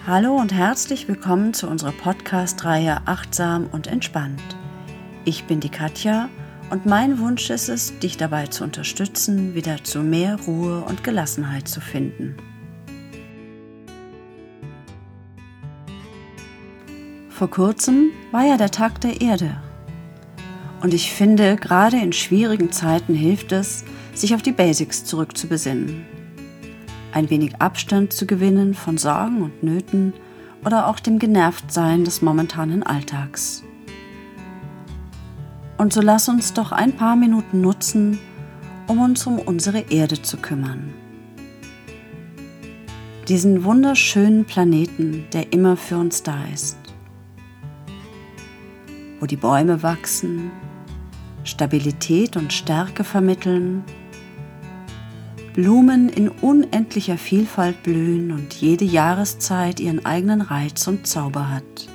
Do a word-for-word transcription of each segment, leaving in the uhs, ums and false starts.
Hallo und herzlich willkommen zu unserer Podcast-Reihe Achtsam und Entspannt. Ich bin die Katja und mein Wunsch ist es, dich dabei zu unterstützen, wieder zu mehr Ruhe und Gelassenheit zu finden. Vor kurzem war ja der Tag der Erde. Und ich finde, gerade in schwierigen Zeiten hilft es, sich auf die Basics zurückzubesinnen. Ein wenig Abstand zu gewinnen von Sorgen und Nöten oder auch dem Genervtsein des momentanen Alltags. Und so lass uns doch ein paar Minuten nutzen, um uns um unsere Erde zu kümmern. Diesen wunderschönen Planeten, der immer für uns da ist. Wo die Bäume wachsen, Stabilität und Stärke vermitteln, Blumen in unendlicher Vielfalt blühen und jede Jahreszeit ihren eigenen Reiz und Zauber hat.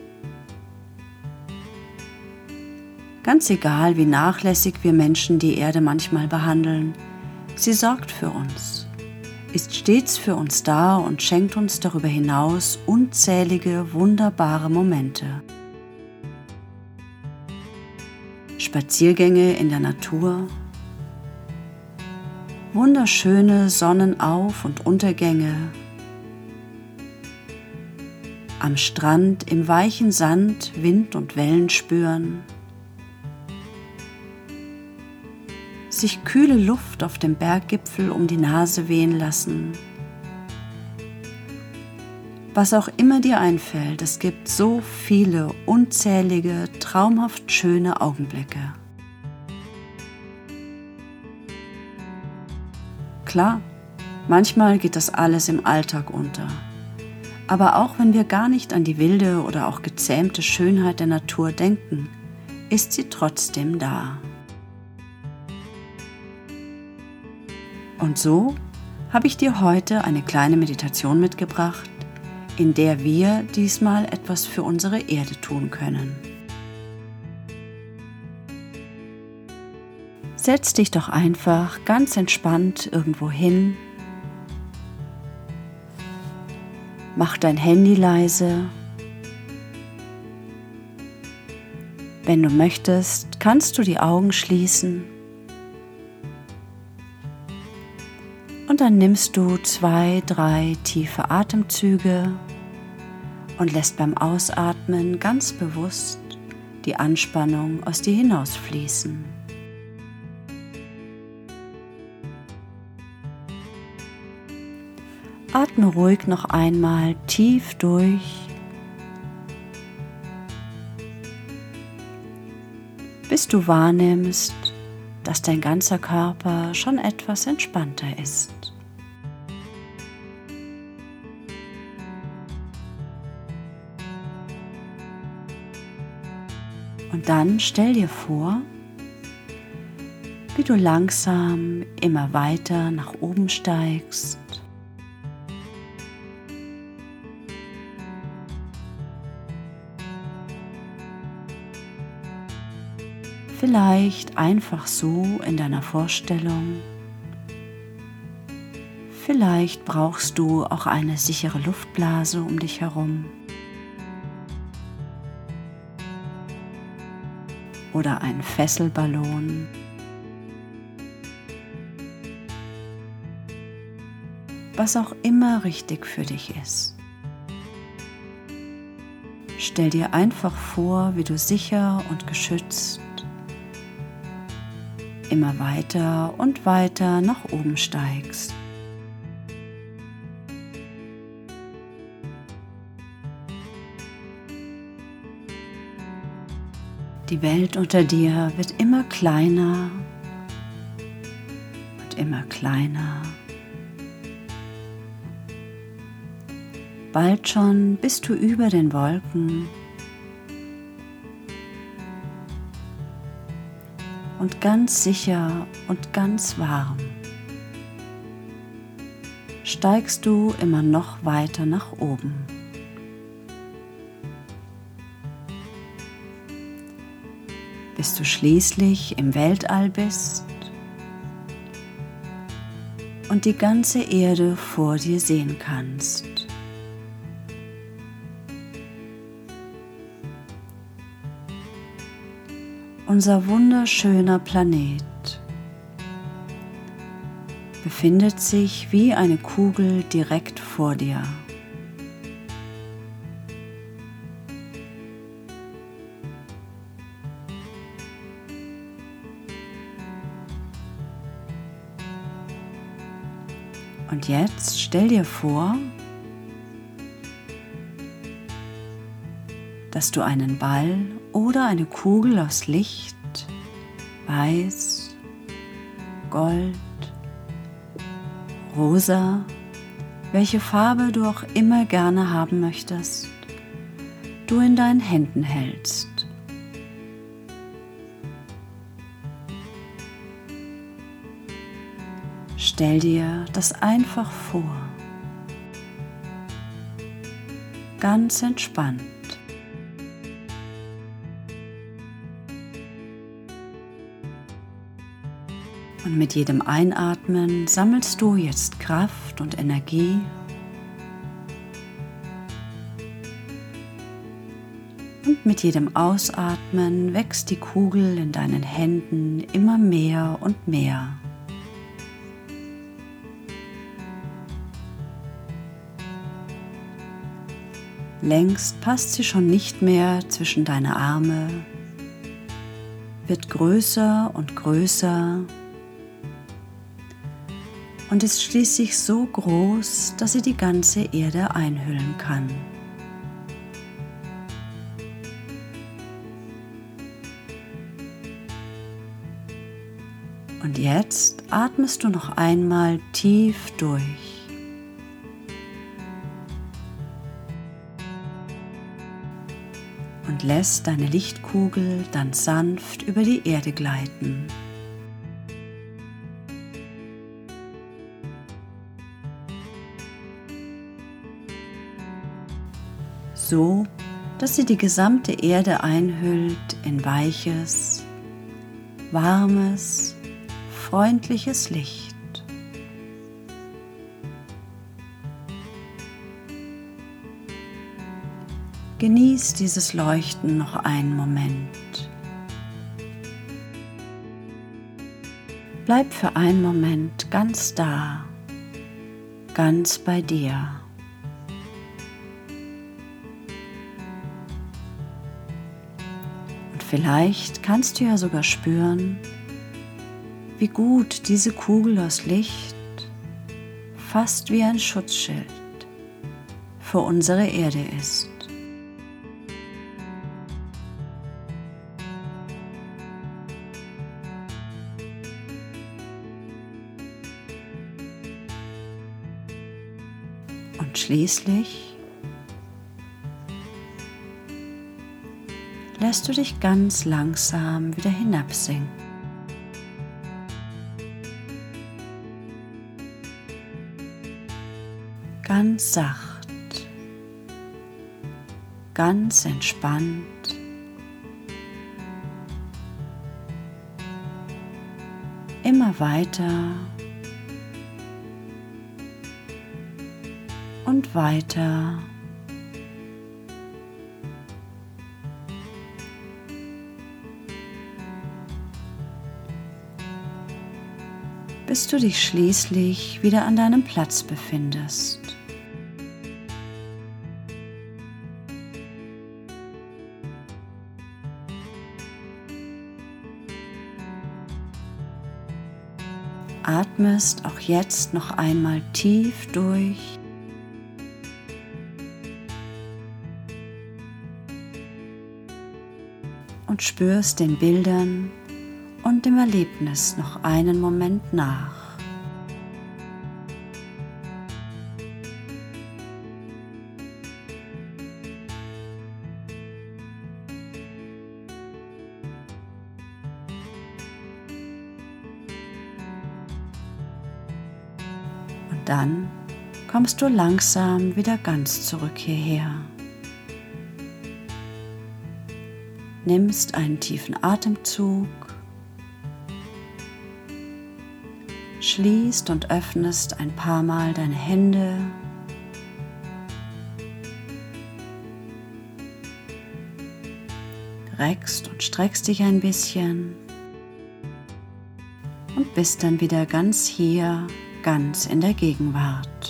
Ganz egal, wie nachlässig wir Menschen die Erde manchmal behandeln, sie sorgt für uns, ist stets für uns da und schenkt uns darüber hinaus unzählige, wunderbare Momente. Spaziergänge in der Natur, wunderschöne Sonnenauf- und Untergänge, am Strand im weichen Sand Wind und Wellen spüren, sich kühle Luft auf dem Berggipfel um die Nase wehen lassen. Was auch immer dir einfällt, es gibt so viele unzählige, traumhaft schöne Augenblicke. Klar, manchmal geht das alles im Alltag unter. Aber auch wenn wir gar nicht an die wilde oder auch gezähmte Schönheit der Natur denken, ist sie trotzdem da. Und so habe ich dir heute eine kleine Meditation mitgebracht, in der wir diesmal etwas für unsere Erde tun können. Setz dich doch einfach ganz entspannt irgendwo hin. Mach dein Handy leise. Wenn du möchtest, kannst du die Augen schließen. Und dann nimmst du zwei, drei tiefe Atemzüge und lässt beim Ausatmen ganz bewusst die Anspannung aus dir hinausfließen. Atme ruhig noch einmal tief durch, bis du wahrnimmst, dass dein ganzer Körper schon etwas entspannter ist. Und dann stell dir vor, wie du langsam immer weiter nach oben steigst. Vielleicht einfach so in deiner Vorstellung. Vielleicht brauchst du auch eine sichere Luftblase um dich herum. Oder einen Fesselballon. Was auch immer richtig für dich ist. Stell dir einfach vor, wie du sicher und geschützt immer weiter und weiter nach oben steigst. Die Welt unter dir wird immer kleiner und immer kleiner. Bald schon bist du über den Wolken und ganz sicher und ganz warm steigst du immer noch weiter nach oben. Bis du schließlich im Weltall bist und die ganze Erde vor dir sehen kannst. unser wunderschöner Planet befindet sich wie eine Kugel direkt vor dir. Und jetzt stell dir vor, dass du einen Ball oder eine Kugel aus Licht, Weiß, Gold, Rosa, welche Farbe du auch immer gerne haben möchtest, du in deinen Händen hältst. Stell dir das einfach vor, ganz entspannt. Und mit jedem Einatmen sammelst du jetzt Kraft und Energie. Und mit jedem Ausatmen wächst die Kugel in deinen Händen immer mehr und mehr. Längst passt sie schon nicht mehr zwischen deine Arme, wird größer und größer und ist schließlich so groß, dass sie die ganze Erde einhüllen kann. Und jetzt atmest du noch einmal tief durch. Und lässt deine Lichtkugel dann sanft über die Erde gleiten. So, dass sie die gesamte Erde einhüllt in weiches, warmes, freundliches Licht. Genieß dieses Leuchten noch einen Moment. Bleib für einen Moment ganz da, ganz bei dir. Und vielleicht kannst du ja sogar spüren, wie gut diese Kugel aus Licht, fast wie ein Schutzschild, für unsere Erde ist. Und schließlich lässt du dich ganz langsam wieder hinabsinken. Ganz sacht, ganz entspannt. Immer weiter und weiter. Bis du dich schließlich wieder an deinem Platz befindest. Atmest auch jetzt noch einmal tief durch. Und spürst den Bildern und dem Erlebnis noch einen Moment nach. Und dann kommst du langsam wieder ganz zurück hierher. Nimmst einen tiefen Atemzug, schließt und öffnest ein paar Mal deine Hände, reckst und streckst dich ein bisschen und bist dann wieder ganz hier, ganz in der Gegenwart.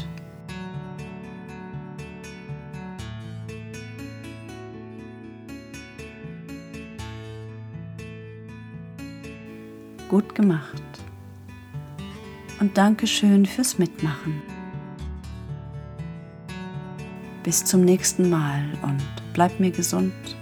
Gut gemacht. Und Dankeschön fürs Mitmachen. Bis zum nächsten Mal und bleib mir gesund.